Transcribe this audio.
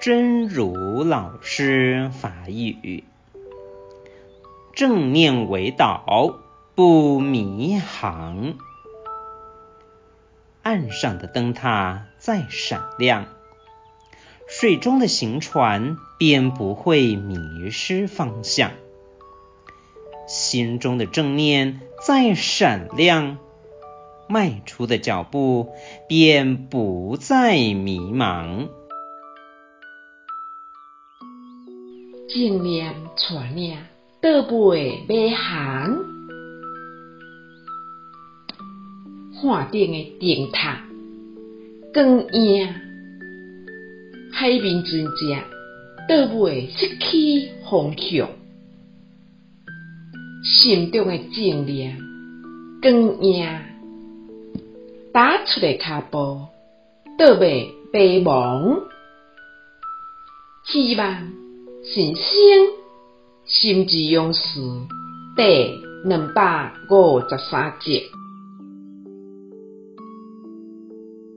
真如老师法语，正念为导，不迷航。岸上的灯塔在闪亮，水中的行船便不会迷失方向。心中的正念在闪亮，迈出的脚步便不再迷茫。 正念带领倒袂迷航，岸顶的灯塔光影，海面船只倒袂失去方向。心中的正念光影，踏出的脚步倒袂迷茫。希望新生心之勇士第253集。